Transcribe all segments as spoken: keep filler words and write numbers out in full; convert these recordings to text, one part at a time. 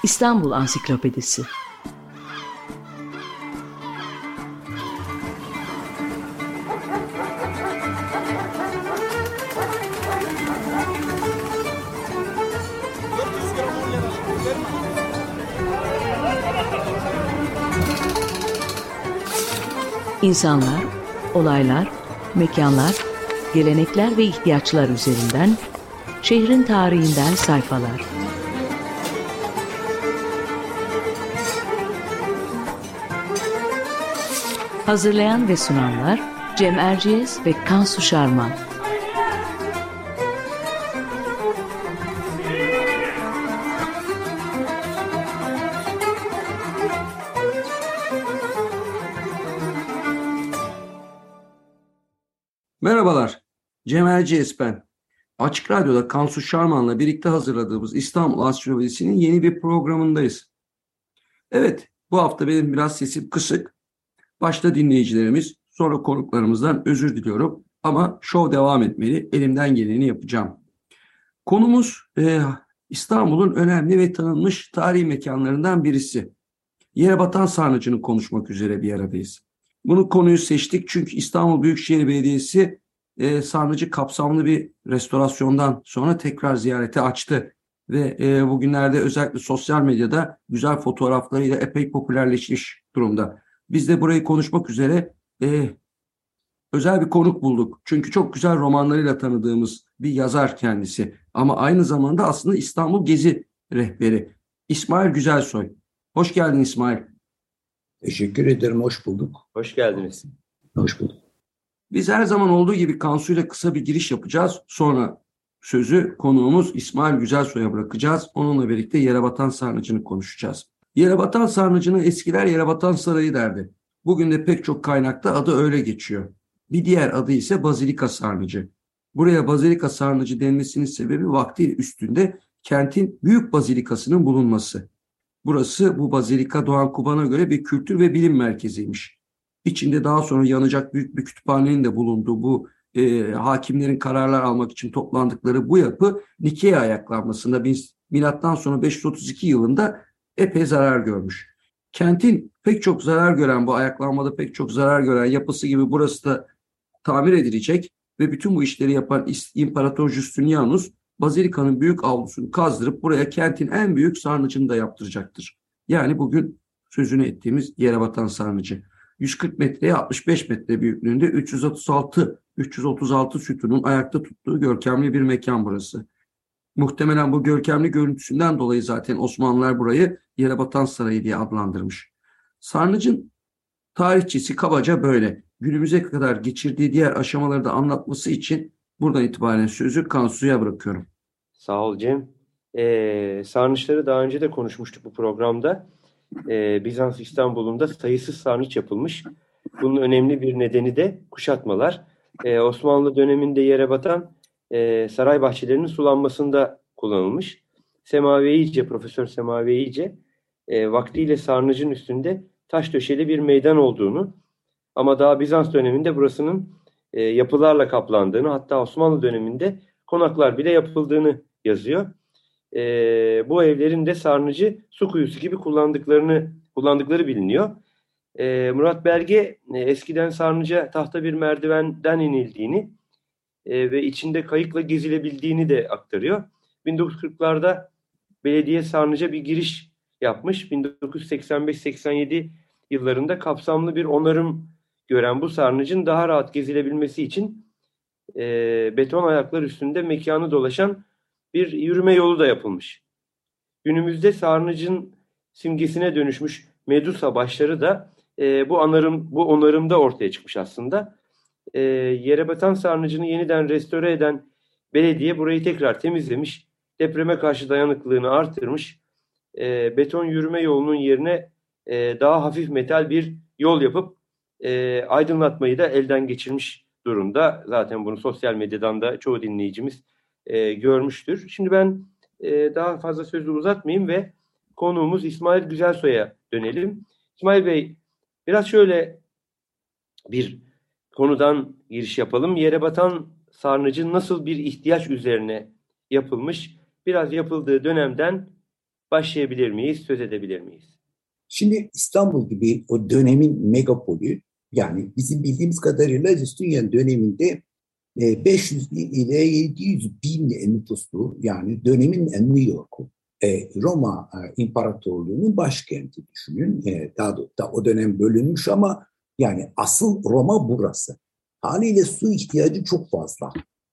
İstanbul Ansiklopedisi. İnsanlar, olaylar, mekanlar, gelenekler ve ihtiyaçlar üzerinden şehrin tarihinden sayfalar. Hazırlayan ve sunanlar Cem Erciyes ve Kansu Şarman. Merhabalar, Cem Erciyes ben. Açık Radyo'da Kansu Şarman'la birlikte hazırladığımız İstanbul Ansiklopedisi'nin yeni bir programındayız. Evet, bu hafta benim biraz sesim kısık. Başta dinleyicilerimiz, sonra konuklarımızdan özür diliyorum. Ama şov devam etmeli, elimden geleni yapacağım. Konumuz e, İstanbul'un önemli ve tanınmış tarihi mekanlarından birisi. Yerebatan Sarnıcı'nı konuşmak üzere bir aradayız. Bunu konuyu seçtik çünkü İstanbul Büyükşehir Belediyesi e, Sarnıcı kapsamlı bir restorasyondan sonra tekrar ziyarete açtı. Ve e, bugünlerde özellikle sosyal medyada güzel fotoğraflarıyla epey popülerleşmiş durumda. Biz de burayı konuşmak üzere e, özel bir konuk bulduk. Çünkü çok güzel romanlarıyla tanıdığımız bir yazar kendisi. Ama aynı zamanda aslında İstanbul Gezi rehberi. İsmail Güzelsoy. Hoş geldin İsmail. Teşekkür ederim, hoş bulduk. Hoş geldiniz. Hoş bulduk. Biz her zaman olduğu gibi Kansu ile kısa bir giriş yapacağız. Sonra sözü konuğumuz İsmail Güzelsoy'a bırakacağız. Onunla birlikte Yerebatan Sarnıcı'nı konuşacağız. Yerebatan Sarnıcı'nı eskiler Yerebatan Sarayı derdi. Bugün de pek çok kaynakta adı öyle geçiyor. Bir diğer adı ise Bazilika Sarnıcı. Buraya Bazilika Sarnıcı denmesinin sebebi vakti üstünde kentin büyük bazilikasının bulunması. Burası bu bazilika Doğan Kuban'a göre bir kültür ve bilim merkeziymiş. İçinde daha sonra yanacak büyük bir kütüphanenin de bulunduğu bu e, hakimlerin kararlar almak için toplandıkları bu yapı Nikea ayaklanmasında milattan sonra beş yüz otuz iki yılında epey zarar görmüş. Kentin pek çok zarar gören bu ayaklanmada pek çok zarar gören yapısı gibi burası da tamir edilecek ve bütün bu işleri yapan İmparator Justinianus Bazilika'nın büyük avlusunu kazdırıp buraya kentin en büyük sarnıcını da yaptıracaktır. Yani bugün sözünü ettiğimiz Yerebatan Sarnıcı. yüz kırk metreye altmış beş metre büyüklüğünde üç yüz otuz altı üç yüz otuz altı sütunun ayakta tuttuğu görkemli bir mekan burası. Muhtemelen bu görkemli görüntüsünden dolayı zaten Osmanlılar burayı Yerebatan Sarayı diye adlandırmış. Sarnıcın tarihçesi kabaca böyle. Günümüze kadar geçirdiği diğer aşamaları da anlatması için buradan itibaren sözü Kansu'ya bırakıyorum. Sağ ol Cem. Ee, sarnıçları daha önce de konuşmuştuk bu programda. Ee, Bizans İstanbul'unda sayısız sarnıç yapılmış. Bunun önemli bir nedeni de kuşatmalar. Ee, Osmanlı döneminde yere batan e, saray bahçelerinin sulanmasında kullanılmış. Semaveyice, Profesör Semaveyice e, vaktiyle sarnıcın üstünde taş döşeli bir meydan olduğunu ama daha Bizans döneminde burasının e, yapılarla kaplandığını, hatta Osmanlı döneminde konaklar bile yapıldığını yazıyor. E, bu evlerin de sarnıcı su kuyusu gibi kullandıklarını kullandıkları biliniyor. E, Murat Belge e, eskiden sarnıca tahta bir merdivenden inildiğini e, ve içinde kayıkla gezilebildiğini de aktarıyor. bin dokuz yüz kırklarda belediye sarnıca bir giriş yapmış. bin dokuz yüz seksen beş seksen yedi yıllarında kapsamlı bir onarım gören bu sarnıcın daha rahat gezilebilmesi için e, beton ayaklar üstünde mekanı dolaşan bir yürüme yolu da yapılmış. Günümüzde sarnıcın simgesine dönüşmüş Medusa başları da e, bu onarım bu onarımda ortaya çıkmış aslında. E, Yerebatan Sarnıcı'nı yeniden restore eden belediye burayı tekrar temizlemiş, depreme karşı dayanıklılığını artırmış, e, beton yürüme yolunun yerine e, daha hafif metal bir yol yapıp e, aydınlatmayı da elden geçirmiş durumda. Zaten bunu sosyal medyadan da çoğu dinleyicimiz e, görmüştür. Şimdi ben e, daha fazla sözü uzatmayayım ve konuğumuz İsmail Güzelsoy'a dönelim. İsmail Bey, biraz şöyle bir konudan giriş yapalım. Yerebatan Sarnıcı nasıl bir ihtiyaç üzerine yapılmış? Biraz yapıldığı dönemden başlayabilir miyiz, söz edebilir miyiz? Şimdi İstanbul gibi o dönemin megapolü, yani bizim bildiğimiz kadarıyla Justinian döneminde beş yüz ile yedi yüz bin nüfuslu, yani dönemin New York'u, Roma İmparatorluğu'nun başkenti düşünün. Daha da o dönem bölünmüş ama yani asıl Roma burası. Haliyle su ihtiyacı çok fazla.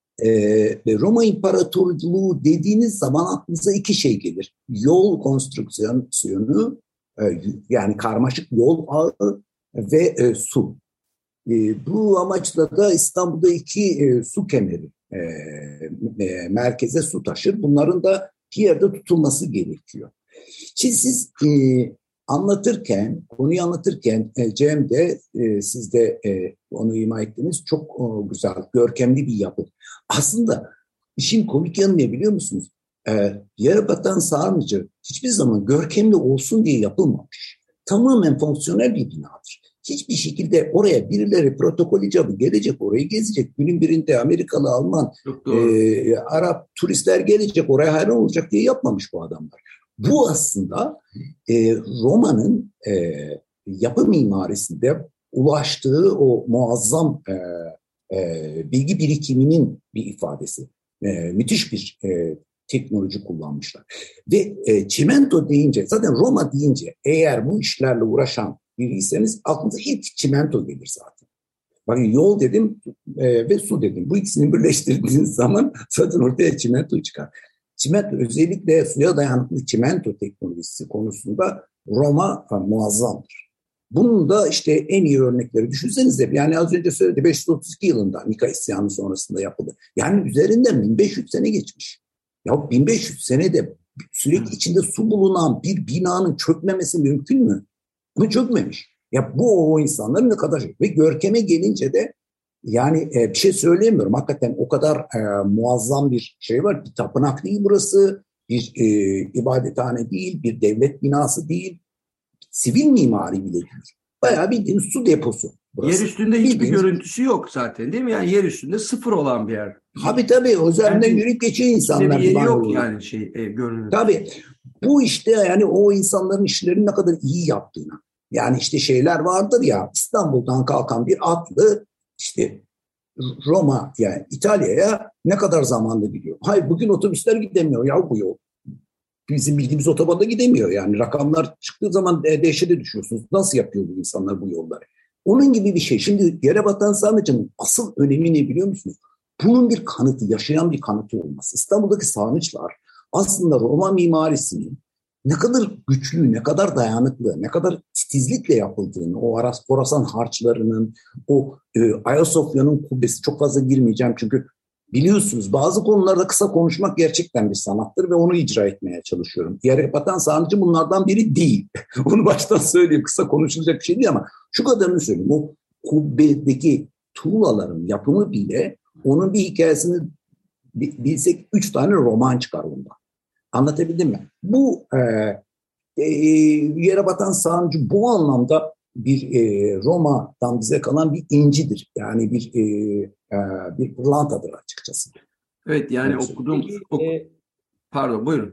Roma İmparatorluğu dediğiniz zaman aklınıza iki şey gelir. Yol konstrüksiyonu, yani karmaşık yol ağı ve su. E, bu amaçla da İstanbul'da iki e, su kemeri e, e, merkeze su taşır. Bunların da bir yerde tutulması gerekiyor. Şimdi siz e, anlatırken, konuyu anlatırken e, Cem de e, siz de e, onu ima ettiniz. Çok e, güzel, görkemli bir yapı. Aslında işin komik yanı ne biliyor musunuz? E, Yerebatan Sarnıcı hiçbir zaman görkemli olsun diye yapılmamış. Tamamen fonksiyonel bir binadır. Hiçbir şekilde oraya birileri protokol icabı gelecek, orayı gezecek. Günün birinde Amerikalı, Alman, e, Arap turistler gelecek, oraya hayran olacak diye yapmamış bu adamlar. Bu aslında e, Roma'nın e, yapı mimarisinde ulaştığı o muazzam e, e, bilgi birikiminin bir ifadesi. E, müthiş bir e, teknoloji kullanmışlar. Ve e, çimento deyince, zaten Roma deyince eğer bu işlerle uğraşan biriyseniz aklınıza ilk çimento gelir zaten. Bakın yol dedim e, ve su dedim. Bu ikisini birleştirdiğiniz zaman zaten ortaya çimento çıkar. Çimento, özellikle suya dayanıklı çimento teknolojisi konusunda Roma e, muazzamdır. Bunun da işte en iyi örnekleri düşünsenize, yani az önce söyledi, beş yüz otuz iki yılında Nika isyanı sonrasında yapıldı. Yani üzerinden bin beş yüz sene geçmiş. Ya bin beş yüz senede sürekli içinde su bulunan bir binanın çökmemesi mümkün mü? Bu çökmemiş. Ya bu o insanların ne kadar, ve görkeme gelince de yani e, bir şey söyleyemiyorum. Hakikaten o kadar e, muazzam bir şey var. Bir tapınak değil burası, bir e, ibadethane değil, bir devlet binası değil, sivil mimari bile değil. Bayağı bildiğin su deposu burası. Yer üstünde hiçbir bildiğiniz görüntüsü yok zaten, değil mi? Yani yer üstünde sıfır olan bir yer. Tabii tabii. O üzerinden yani, yürüyüp geçiyor insanlar. Bir yeri yok yani şey e, görünür. Tabii. Bu işte yani o insanların işlerini ne kadar iyi yaptığını. Yani işte şeyler vardır ya, İstanbul'dan kalkan bir atlı işte Roma, yani İtalya'ya ne kadar zamanda gidiyor. Hayır, bugün otobüsler gidemiyor ya bu yol. Bizim bildiğimiz otobanda gidemiyor yani. Rakamlar çıktığı zaman dehşete düşüyorsunuz. Nasıl yapıyor bu insanlar bu yolları? Onun gibi bir şey. Şimdi Yerebatan Sarnıcı'nın asıl önemi ne biliyor musunuz? Bunun bir kanıtı, yaşayan bir kanıtı olması. İstanbul'daki sarnıçlar aslında Roma mimarisinin ne kadar güçlü, ne kadar dayanıklı, ne kadar titizlikle yapıldığını, o Aras Khorasan harçlarının, o e, Ayasofya'nın kubbesi, çok fazla girmeyeceğim çünkü biliyorsunuz bazı konularda kısa konuşmak gerçekten bir sanattır ve onu icra etmeye çalışıyorum. Yerebatan Sarnıcı bunlardan biri değil. Onu baştan söyleyeyim, kısa konuşulacak bir şey değil ama şu kadarını söyleyeyim. O kubbedeki tuğlaların yapımı bile, onun bir hikayesini bilsek üç tane roman çıkar ondan. Anlatabildim mi? Bu e, e, Yerebatan Sarnıcı bu anlamda bir e, Roma'dan bize kalan bir incidir. Yani bir e, e, bir pırlantadır açıkçası. Evet, yani Evet. okudum. Peki, Ok- e, Pardon, buyurun.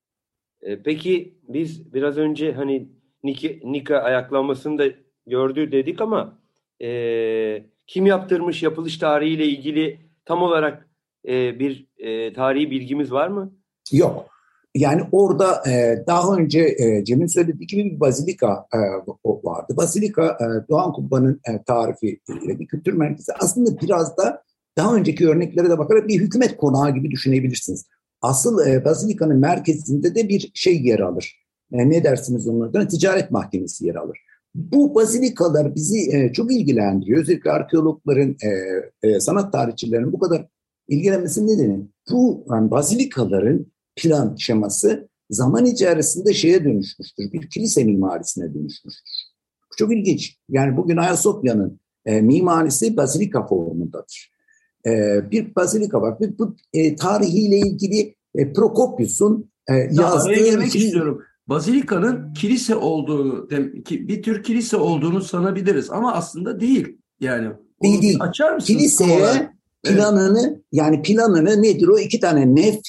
e, peki biz biraz önce hani Nika, Nika ayaklanmasını da gördü dedik ama e, kim yaptırmış, yapılış tarihiyle ilgili tam olarak e, bir e, tarihi bilgimiz var mı? Yok. Yani orada e, daha önce e, Cem'in söylediği gibi bir bazilika e, vardı. Bazilika e, Doğan Kubba'nın e, tarifi ile bir kültür merkezi. Aslında biraz da daha önceki örneklere de bakarak bir hükümet konağı gibi düşünebilirsiniz. Asıl e, bazilikanın merkezinde de bir şey yer alır. E, ne dersiniz onun adına? Ticaret mahkemesi yer alır. Bu bazilikalar bizi e, çok ilgilendiriyor. Özellikle arkeologların, e, e, sanat tarihçilerinin bu kadar ilgilenmesinin nedeni bu yani bazilikaların plan şeması zaman içerisinde şeye dönüşmüştür. Bir kilise mimarisine dönüşmüştür. Bu çok ilginç. Yani bugün Ayasofya'nın e, mimarisi bazilika formundadır. E, bir bazilika var. Bu, bu e, tarihiyle ilgili e, Prokopius'un e, yazdığı... Araya girmek şey... istiyorum. Bazilikanın kilise olduğu, bir tür kilise olduğunu sanabiliriz ama aslında değil. Yani değil, değil. Açar mısınız? Kiliseye planını, evet. Yani planını nedir o? İki tane nef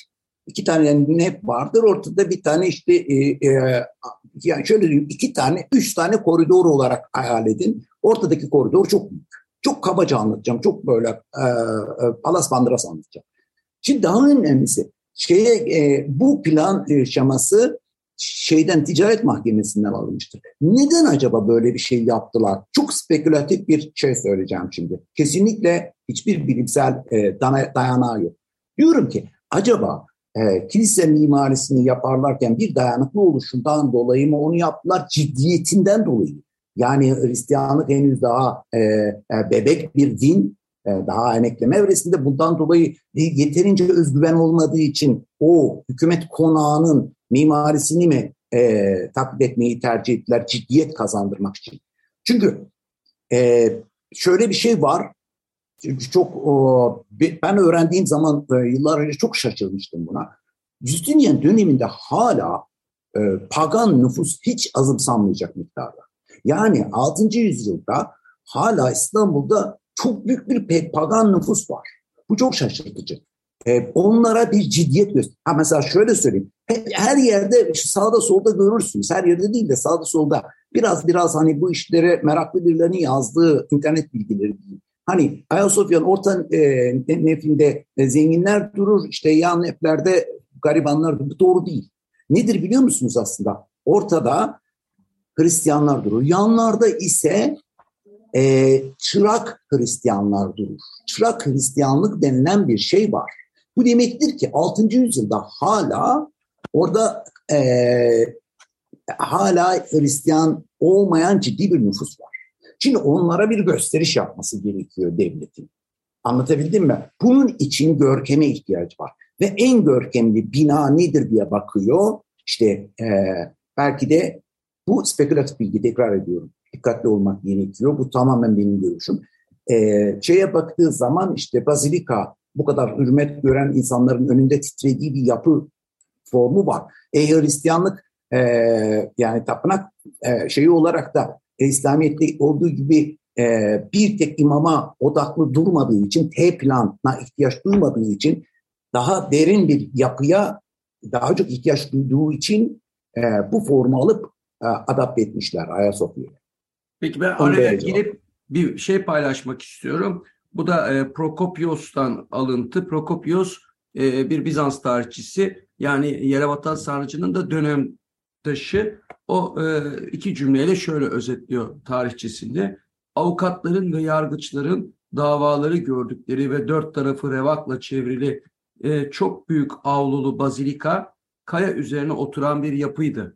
İki tane nef vardır. Ortada bir tane işte e, e, yani şöyle diyeyim, iki tane, üç tane koridor olarak hayal edin. Ortadaki koridor çok büyük. Çok kabaca anlatacağım. Çok böyle e, e, palas bandıras anlatacağım. Şimdi daha önemlisi şeye e, bu plan e, şeması şeyden Ticaret Mahkemesi'nden alınmıştır. Neden acaba böyle bir şey yaptılar? Çok spekülatif bir şey söyleyeceğim şimdi. Kesinlikle hiçbir bilimsel e, dayanağı yok. Diyorum ki acaba e, kilise mimarisini yaparlarken bir dayanıklı oluşundan dolayı mı onu yaptılar, ciddiyetinden dolayı? Yani Hristiyanlık henüz daha e, e, bebek bir din, e, daha emekleme evresinde, bundan dolayı yeterince özgüven olmadığı için o hükümet konağının mimarisini mi e, taklit etmeyi tercih ettiler, ciddiyet kazandırmak için? Çünkü e, şöyle bir şey var, çok o, ben öğrendiğim zaman e, yıllar önce çok şaşırmıştım buna. Justinian döneminde hala e, pagan nüfus hiç azımsanmayacak miktarda. Yani altıncı yüzyılda hala İstanbul'da çok büyük bir pagan nüfus var. Bu çok şaşırtıcı. Ee, onlara bir ciddiyet göster. Ha mesela şöyle söyleyeyim. Her yerde sağda solda görürsünüz. Her yerde değil de sağda solda biraz biraz hani bu işlere meraklı birilerinin yazdığı internet bilgileri değil. Hani Ayasofya'nın orta e, nefinde e, zenginler durur, işte yan neflerde garibanlar durur. Bu doğru değil. Nedir biliyor musunuz aslında? Ortada Hristiyanlar durur. Yanlarda ise e, çırak Hristiyanlar durur. Çırak Hristiyanlık denilen bir şey var. Bu demektir ki altıncı yüzyılda hala orada e, hala Hristiyan olmayan ciddi bir nüfus var. Şimdi onlara bir gösteriş yapması gerekiyor devletin. Anlatabildim mi? Bunun için görkeme ihtiyacı var. Ve en görkemli bina nedir diye bakıyor. İşte e, belki de bu spekülatif bilgi, tekrar ediyorum. Dikkatli olmak gerekiyor. Bu tamamen benim görüşüm. E, şeye baktığı zaman işte bazilika, bu kadar hürmet gören insanların önünde titrediği bir yapı formu var. E, Hristiyanlık e, yani tapınak e, şeyi olarak da e, İslamiyet'te olduğu gibi e, bir tek imama odaklı durmadığı için, T planına ihtiyaç duymadığı için, daha derin bir yapıya daha çok ihtiyaç duyduğu için e, bu formu alıp e, adapte etmişler Ayasofya'ya. Peki ben araya girip bir şey paylaşmak istiyorum. Bu da e, Prokopios'tan alıntı. Prokopios e, bir Bizans tarihçisi, yani Yerebatan Sarnıcı'nın da dönemdaşı. O e, iki cümleyle şöyle özetliyor tarihçisinde: avukatların ve yargıçların davaları gördükleri ve dört tarafı revakla çevrili e, çok büyük avlulu bazilika kaya üzerine oturan bir yapıydı.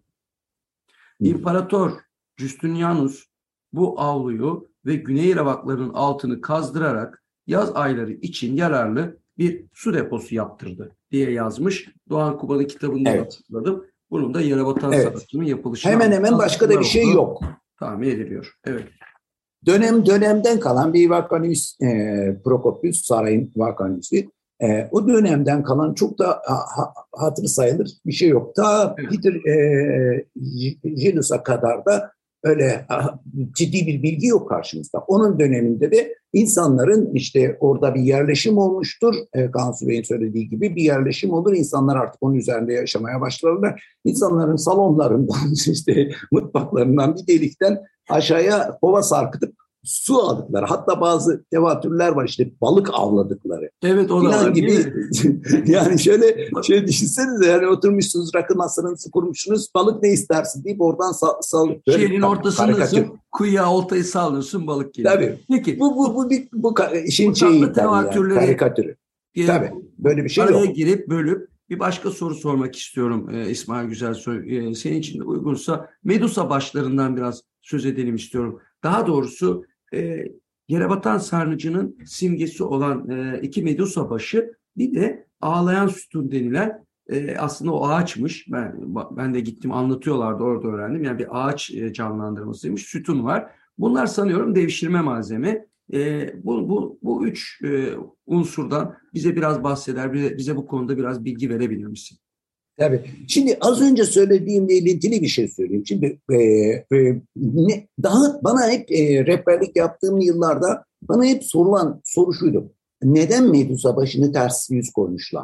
İmparator Justinianus bu avluyu ve güney revakların altını kazdırarak yaz ayları için yararlı bir su deposu yaptırdı diye yazmış. Doğan Kuba'nın kitabında evet. hatırladım. Bunun da Yerebatan evet. Sanatçı'nın yapılışı. Hemen hemen başka da bir şey yok. Tahmin ediliyor. Evet. Dönem dönemden kalan bir Vakanius, e, Prokopius sarayın Vakanius'u. E, o dönemden kalan çok da ha, hatırı sayılır bir şey yok. Ta evet. Peter e, Jelus'a kadar da öyle ha, ciddi bir bilgi yok karşımızda. Onun döneminde de insanların işte orada bir yerleşim olmuştur. E, Kansu Bey'in söylediği gibi bir yerleşim olur. İnsanlar artık onun üzerinde yaşamaya başlarlar. İnsanların salonlarından, işte mutfaklarından bir delikten aşağıya kova sarkıtıp su aldıkları, hatta bazı tevatürler var işte balık avladıkları. Evet, o da var, gibi. Yani şöyle şöyle düşünsenize, yani oturmuşsunuz rakı masanızı kurmuşsunuz, balık ne istersin deyip oradan sal. sal Şehrin ortasındasın, kuyuya oltayı sallıyorsun, balık geliyor. Tabii. Peki. Bu bu bu bir bu işin şeyi yani, karikatürü. Tabii. Böyle bir şey araya yok. girip bölüp bir başka soru sormak istiyorum e, İsmail Güzelsoy. E, senin için de uygunsa Medusa başlarından biraz söz edelim istiyorum. Daha doğrusu e, Yerebatan Sarnıcı'nın simgesi olan e, iki Medusa başı, bir de ağlayan sütun denilen e, aslında o ağaçmış. Ben ben de gittim, anlatıyorlardı, orada öğrendim. Yani bir ağaç e, canlandırmasıymış. Sütun var. Bunlar sanıyorum devşirme malzeme. E, bu, bu, bu üç e, unsurdan bize biraz bahseder, bize, bize bu konuda biraz bilgi verebilir misin? Tabii. Şimdi az önce söylediğimle ilintili bir şey söyleyeyim. Şimdi e, e, ne, daha bana hep e, rehberlik yaptığım yıllarda bana hep sorulan soru şuydu: neden Medusa başını ters yüz koymuşlar?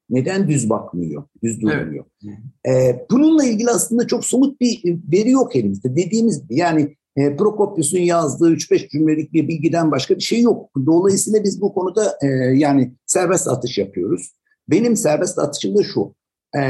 Neden düz bakmıyor, düz durmuyor? Evet. E, bununla ilgili aslında çok somut bir veri yok elimizde. Dediğimiz yani e, Prokopius'un yazdığı üç beş cümlelik bir bilgiden başka bir şey yok. Dolayısıyla biz bu konuda e, yani serbest atış yapıyoruz. Benim serbest atışım da şu. E,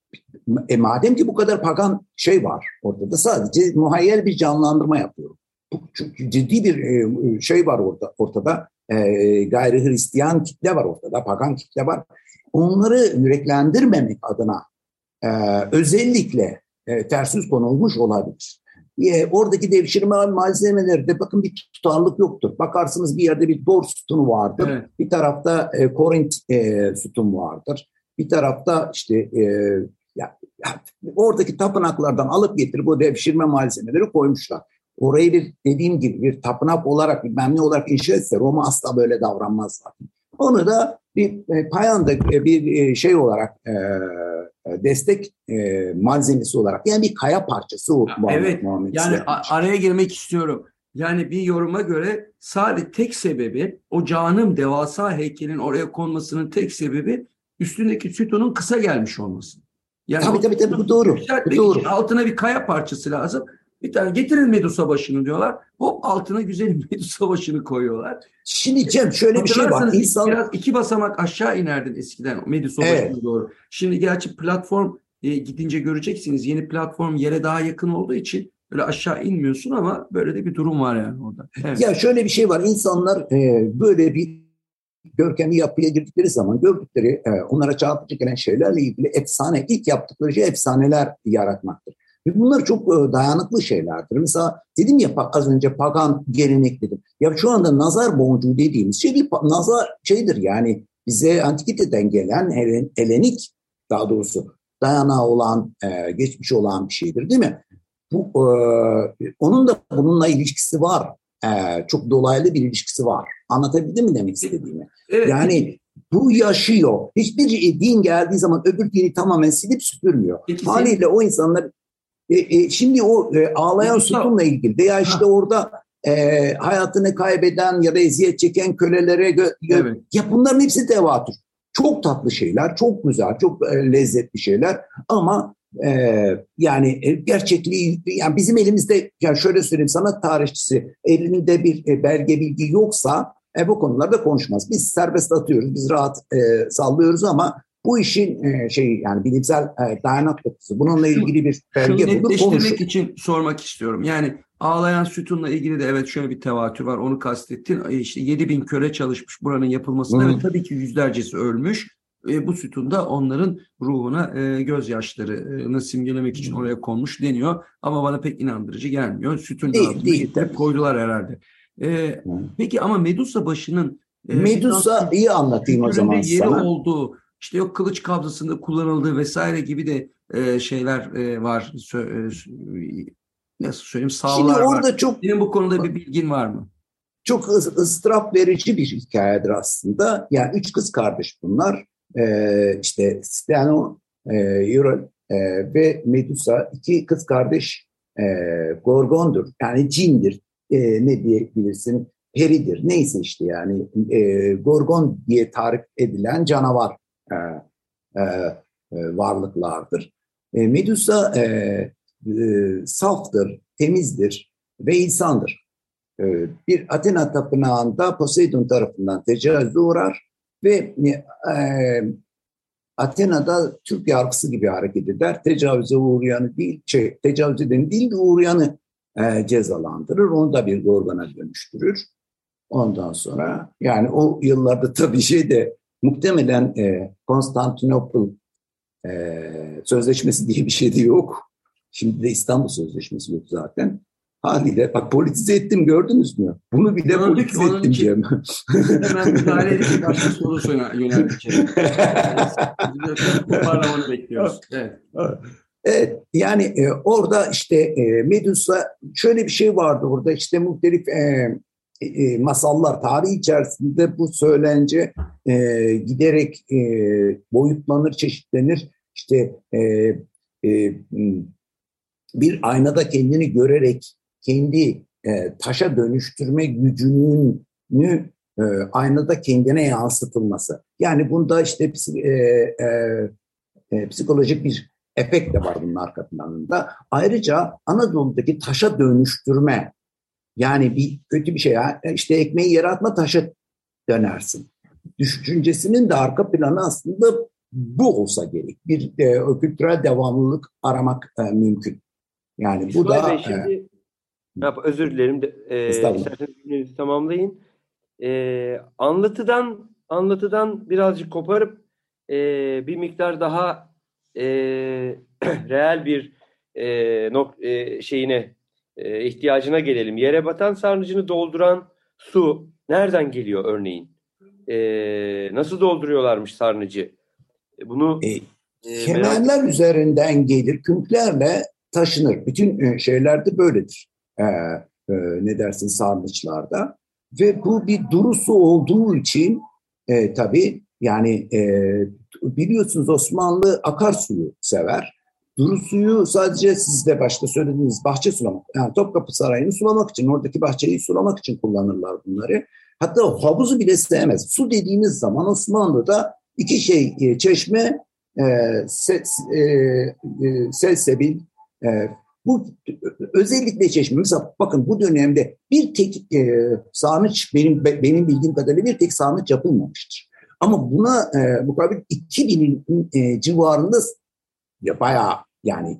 e, madem ki bu kadar pagan şey var ortada, sadece muhayyel bir canlandırma yapıyorum. Bu, çünkü ciddi bir e, şey var orada, ortada. E, gayri Hristiyan kitle var ortada, pagan kitle var. Onları yüreklendirmemek adına e, özellikle e, ters yüz konulmuş olabilir. E, oradaki devşirme malzemelerde bakın bir tutarlılık yoktur. Bakarsınız bir yerde bir Dor sütunu vardır. Evet. Bir tarafta e, Korint e, sütun vardır. Bir tarafta işte e, ya, ya, oradaki tapınaklardan alıp getirip o devşirme malzemeleri koymuşlar. Orayı bir dediğim gibi bir tapınak olarak, bilmem ne olarak inşa etse Roma asla böyle davranmaz zaten. Onu da bir e, payanda e, bir e, şey olarak e, destek e, malzemesi olarak, yani bir kaya parçası o. Evet, yani a- araya girmek istiyorum. Yani bir yoruma göre sadece tek sebebi, o canım devasa heykelin oraya konmasının tek sebebi üstündeki sütunun kısa gelmiş olması. Yani tabii tabii tabii bu doğru. Bu doğru. Altına bir kaya parçası lazım. Bir tane getirin Medusa başını diyorlar. Hop altına güzel Medusa başını koyuyorlar. Şimdi Cem şöyle bir şey var. İnsan... Biraz iki basamak aşağı inerdin eskiden Medusa evet. başına doğru. Şimdi gerçi platform e, gidince göreceksiniz. Yeni platform yere daha yakın olduğu için böyle aşağı inmiyorsun ama böyle de bir durum var yani orada. Evet. Ya şöyle bir şey var. İnsanlar e, böyle bir görkemli yapıya girdikleri zaman gördükleri e, onlara çarpıcı gelen şeylerle ilgili efsane, ilk yaptıkları şey efsaneler yaratmaktır. Ve bunlar çok e, dayanıklı şeylerdir. Mesela dedim ya az önce pagan gelenek dedim. Ya şu anda nazar boncuğu dediğimiz şey bir nazar şeydir yani bize antikiteden gelen Helen, Helenik daha doğrusu dayanağı olan, e, geçmiş olan bir şeydir değil mi? Bu e, onun da bununla ilişkisi var. E, çok dolaylı bir ilişkisi var. Anlatabildim mi demek istediğimi? Evet. Yani bu yaşıyor. Hiçbir din geldiği zaman öbür dini tamamen silip süpürmüyor. Peki, haliyle senin... o insanlar e, e, şimdi o e, ağlayan sütunla ilgili veya işte ha. orada e, hayatını kaybeden ya da eziyet çeken kölelere gö- gö- evet. ya bunların hepsi tevatür. Çok tatlı şeyler, çok güzel, çok e, lezzetli şeyler ama e, yani e, gerçekliği yani bizim elimizde yani şöyle söyleyeyim sanat tarihçisi elinde bir e, belge bilgi yoksa e, bu konularda konuşmaz. Biz serbest atıyoruz, biz rahat e, sallıyoruz ama bu işin e, şey yani bilimsel e, dayanak noktası. Bununla ilgili bir belge bulup konuşur. için sormak istiyorum. Yani ağlayan sütunla ilgili de evet şöyle bir tevatür var. Onu kastettin. İşte yedi bin köle çalışmış buranın yapılmasında ve tabii ki yüzlercesi ölmüş. E, bu sütunda onların ruhuna e, gözyaşlarını simgelemek için oraya konmuş deniyor. Ama bana pek inandırıcı gelmiyor. Sütun altına getirip koydular herhalde. E, peki ama Medusa başının e, Medusa iyi anlatayım o zaman yeri sana. olduğu, işte yok kılıç kabzasında kullanıldığı vesaire gibi de e, şeyler e, var. Sö- e, nasıl söyleyeyim? Sağlar Şimdi orada var. çok senin bu konuda bir bilgin var mı? Çok ıstırap verici bir hikayedir aslında. Yani üç kız kardeş bunlar. Ee, işte Steno, e, Eurol e, ve Medusa iki kız kardeş e, Gorgon'dur. Yani cindir. E, ne diyebilirsin? Peridir. Neyse işte yani e, Gorgon diye tarif edilen canavar e, e, e, varlıklardır. E, Medusa e, e, saftır, temizdir ve insandır. Bir Athena tapınağında Poseidon tarafından tecavüze uğrar ve e, Athena'da Türk yargısı gibi hareket eder. Tecavüze uğrayanı değil, şey, tecavüz edeni değil de uğrayanı e, cezalandırır. Onu da bir gorgona dönüştürür. Ondan sonra yani o yıllarda tabii şey de muhtemelen e, Konstantinopol e, Sözleşmesi diye bir şey de yok. Şimdi de İstanbul Sözleşmesi yok zaten. Haliyle bak politize ettim gördünüz mü? Bunu bile gördük, politize ettim Cem. Hemen müdahale edip başka soru sonra yöneldik. Parlamanı bekliyoruz. Evet. Evet yani e, orada işte e, Medusa şöyle bir şey vardı orada işte muhtelif e, e, masallar tarihi içerisinde bu söylence e, giderek e, boyutlanır, çeşitlenir. İşte e, e, bir aynada kendini görerek kendi e, taşa dönüştürme gücünü e, aynada kendine yansıtılması. Yani bunda işte e, e, e, psikolojik bir efekt de var bunun arka planında. Ayrıca Anadolu'daki taşa dönüştürme, yani bir kötü bir şey, işte ekmeği yere atma taşa dönersin düşüncesinin de arka planı aslında bu olsa gerek. Bir e, kültürel devamlılık aramak e, mümkün. Yani bu İsmail da Bey, şimdi e, yap, özür dilerim de, e, isterseniz cümlenizi tamamlayın. E, anlatıdan anlatıdan birazcık koparıp e, bir miktar daha e, reel bir e, nok e, şeyine e, ihtiyacına gelelim. Yere batan sarnıcını dolduran su nereden geliyor örneğin? E, nasıl dolduruyorlarmış sarnıcı? E, bunu e, e, merak kemerler üzerinden gelir, künklerle taşınır. Bütün e, şeylerde böyledir. E, e, ne dersin sarnıçlarda. Ve bu bir duru su olduğu için e, tabii yani e, biliyorsunuz Osmanlı akarsuyu sever. Duru suyu sadece siz de başta söylediğiniz bahçe sulamak, yani Topkapı Sarayı'nı sulamak için, oradaki bahçeyi sulamak için kullanırlar bunları. Hatta havuzu bile sevmez. Su dediğiniz zaman Osmanlı'da iki şey, e, çeşme, e, ses, e, e, selsebil, e, bu özellikle çeşme. Mesela bakın bu dönemde bir tek e, sarnıç, benim benim bildiğim kadarıyla bir tek sarnıç yapılmamıştır. Ama buna e, mukabil iki binin e, civarında ya bayağı yani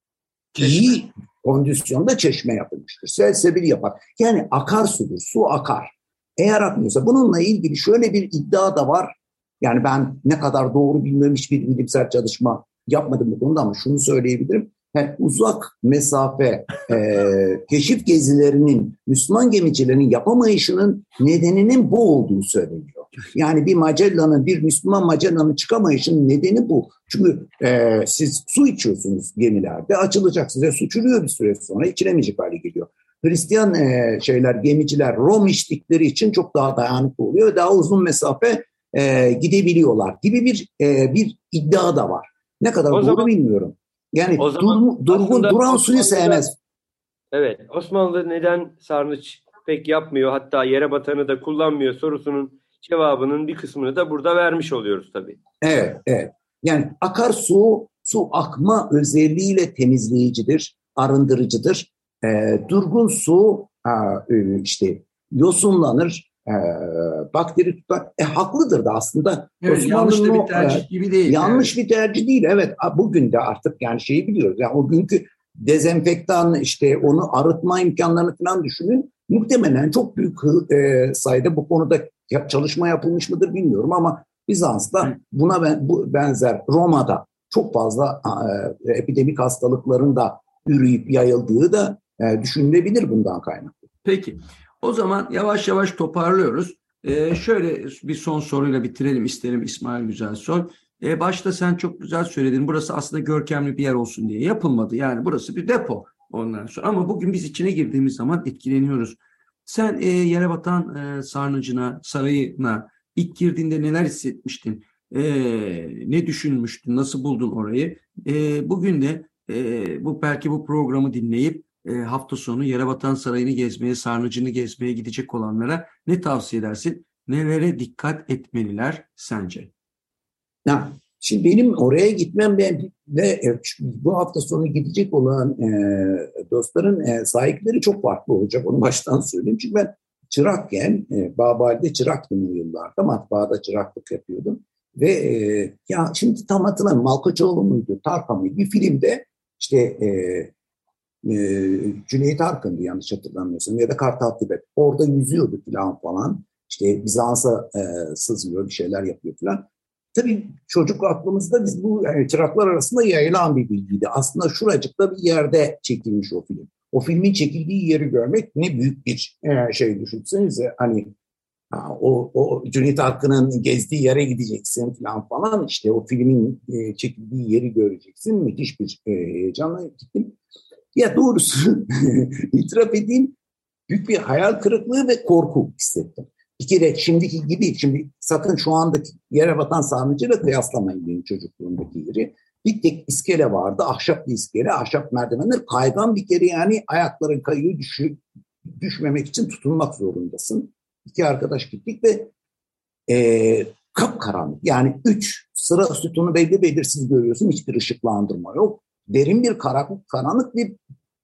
Çeşme. iyi kondisyonda çeşme yapılmıştır. Selsebil yapar. Yani akarsudur, su akar. Eğer akmıyorsa, bununla ilgili şöyle bir iddia da var. Yani ben ne kadar doğru bilmiyorum, hiçbir bilimsel çalışma yapmadım bu konuda, ama şunu söyleyebilirim. Yani uzak mesafe e, keşif gezilerinin Müslüman gemicilerin yapamayışının nedeninin bu olduğu söyleniyor. Yani bir Magellan'ın, bir Müslüman Magellan'ın çıkamayışının nedeni bu. Çünkü e, siz su içiyorsunuz gemilerde, açılacak, size su çürüyor bir süre sonra, içilemeyecek hale geliyor. Hristiyan e, şeyler, gemiciler rom içtikleri için çok daha dayanıklı oluyor, daha uzun mesafe e, gidebiliyorlar gibi bir e, bir iddia da var. Ne kadar O doğru zaman, bilmiyorum. Yani o zaman dur, durgun duran suyu sevmez. Evet, Osmanlı neden sarnıç pek yapmıyor, hatta yere batanı da kullanmıyor sorusunun cevabının bir kısmını da burada vermiş oluyoruz tabii. Evet, evet. Yani akarsu su akma özelliğiyle temizleyicidir, arındırıcıdır. E, durgun su e, işte yosunlanır, e, bakteri tutar. E, haklıdır da aslında. Evet, yanlış da bir tercih e, gibi değil. Yanlış Evet. bir tercih değil. Evet, bugün de artık yani şeyi biliyoruz. Yani o günkü dezenfektan, işte onu arıtma imkanlarını falan düşünün. Muhtemelen çok büyük e, sayıda bu konuda çalışma yapılmış mıdır bilmiyorum, ama Bizans'ta buna ben, bu benzer Roma'da çok fazla e, epidemik hastalıkların da üreyip yayıldığı da e, düşünülebilir bundan kaynaklı. Peki. O zaman yavaş yavaş toparlıyoruz. Ee, şöyle bir son soruyla bitirelim isterim İsmail Güzelsoy. Ee, başta sen çok güzel söyledin. Burası aslında görkemli bir yer olsun diye yapılmadı. Yani burası bir depo ondan sonra. Ama bugün biz içine girdiğimiz zaman etkileniyoruz. Sen e, Yerebatan e, sarnıcına, sarayına ilk girdiğinde neler hissetmiştin? E, ne düşünmüştün? Nasıl buldun orayı? E, bugün de e, bu belki bu programı dinleyip e, hafta sonu Yerebatan Sarayı'nı gezmeye, sarnıcını gezmeye gidecek olanlara ne tavsiye edersin? Nelere dikkat etmeliler sence? Ya, şimdi benim oraya gitmem ben ve bu hafta sonu gidecek olan e, dostların e, sahipleri çok farklı olacak. Onu baştan söyleyeyim. Çünkü ben çırakken, e, Babali'de çıraktım o yıllarda. Matbaada çıraklık yapıyordum. Ve e, ya şimdi tam hatırlamıyorum. Malkoçoğlu muydu, Tarkan mıydı? Bir filmde işte e, e, Cüneyt Arkın'dı yanlış hatırlamıyorsam, ya da Kartal Tibet. Orada yüzüyordu falan falan. İşte Bizans'a e, sızıyor, bir şeyler yapıyor falan. Tabii çocuk aklımızda biz bu yani çıraklar arasında yayılan bir bilgiydi. Aslında şuracıkta bir yerde çekilmiş o film. O filmin çekildiği yeri görmek ne büyük bir e, şey, düşünsenize. Hani ha, o, o Cüneyt Arkın'ın gezdiği yere gideceksin falan falan. İşte o filmin e, çekildiği yeri göreceksin. Müthiş bir e, heyecanla gittim. Ya doğrusu itiraf edeyim, büyük bir hayal kırıklığı ve korku hissettim. Bir kere şimdiki gibi, şimdi sakın şu andaki Yerebatan sarnıcıyla kıyaslamayın benim çocukluğumdaki yeri. Bir tek iskele vardı, ahşap bir iskele, ahşap merdivenler, kaygan bir kere, yani ayakların kayıyor, düşü, düşmemek için tutunmak zorundasın. İki arkadaş gittik ve e, kapkaranlık. Yani üç sıra sütunu belli belirsiz görüyorsun. Hiçbir ışıklandırma yok. Derin bir karanlık, karanlık bir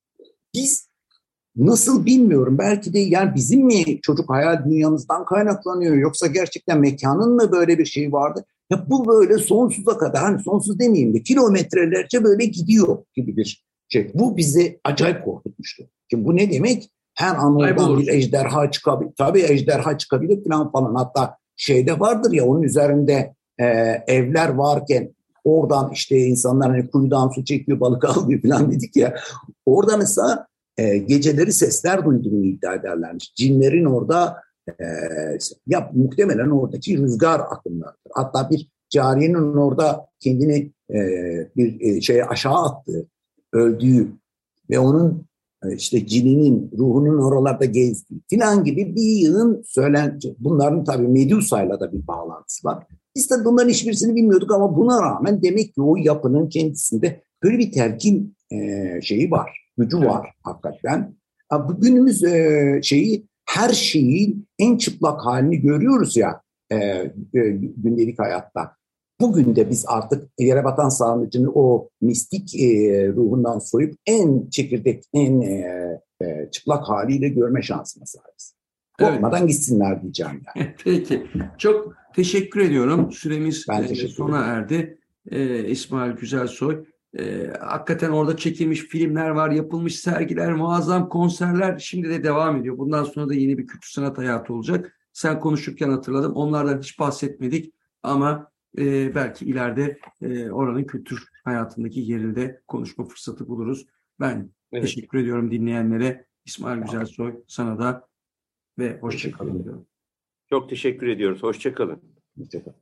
biz nasıl bilmiyorum. Belki de yani bizim mi çocuk hayal dünyamızdan kaynaklanıyor yoksa gerçekten mekanın mı böyle bir şey vardı? Ya bu böyle sonsuza kadar, hani sonsuz demeyeyim de kilometrelerce böyle gidiyor gibi bir şey. Bu bizi acayip korkutmuştu. Şimdi bu ne demek? Her an oradan bir ejderha çıkabilir. Tabii ejderha çıkabilir falan falan. Hatta şeyde vardır ya, onun üzerinde e, evler varken oradan işte insanlar hani kuyudan su çekiyor, balık alıyor falan dedik ya. Orada mesela e, geceleri sesler duyduğunu iddia ederlermiş. Cinlerin orada e, ya muhtemelen oradaki rüzgar akımlarıdır. Hatta bir cariyenin orada kendini e, bir e, şeye aşağı attığı, öldüğü ve onun e, işte cininin, ruhunun oralarda gezdiği filan gibi bir yığın söylenti. Bunların tabii Medusa'yla da bir bağlantısı var. Biz de bunların hiçbirisini bilmiyorduk ama buna rağmen demek ki o yapının kendisinde böyle bir telkin e, şeyi var, gücü var evet. Hakikaten. Bugünümüz e, şeyi, her şeyin en çıplak halini görüyoruz ya e, e, gündelik hayatta. Bugün de biz artık Yerebatan Sarnıcı'nı o mistik e, ruhundan soyup en çekirdek, en e, e, çıplak haliyle görme şansına sahibiz. Korkmadan evet. Gitsinler diyeceğim yani. Peki. Çok teşekkür ediyorum. Süremiz teşekkür sona ederim. erdi. Ee, İsmail Güzelsoy. Ee, hakikaten orada çekilmiş filmler var, yapılmış sergiler, muazzam konserler şimdi de devam ediyor. Bundan sonra da yeni bir kültür sanat hayatı olacak. Sen konuşurken hatırladım. Onlardan hiç bahsetmedik ama e, belki ileride e, oranın kültür hayatındaki yerinde konuşma fırsatı buluruz. Ben evet. Teşekkür ediyorum dinleyenlere. İsmail Güzelsoy, sana da ve hoşça kalın diyorum. Çok teşekkür ediyoruz. Hoşça kalın. Hoşça kalın.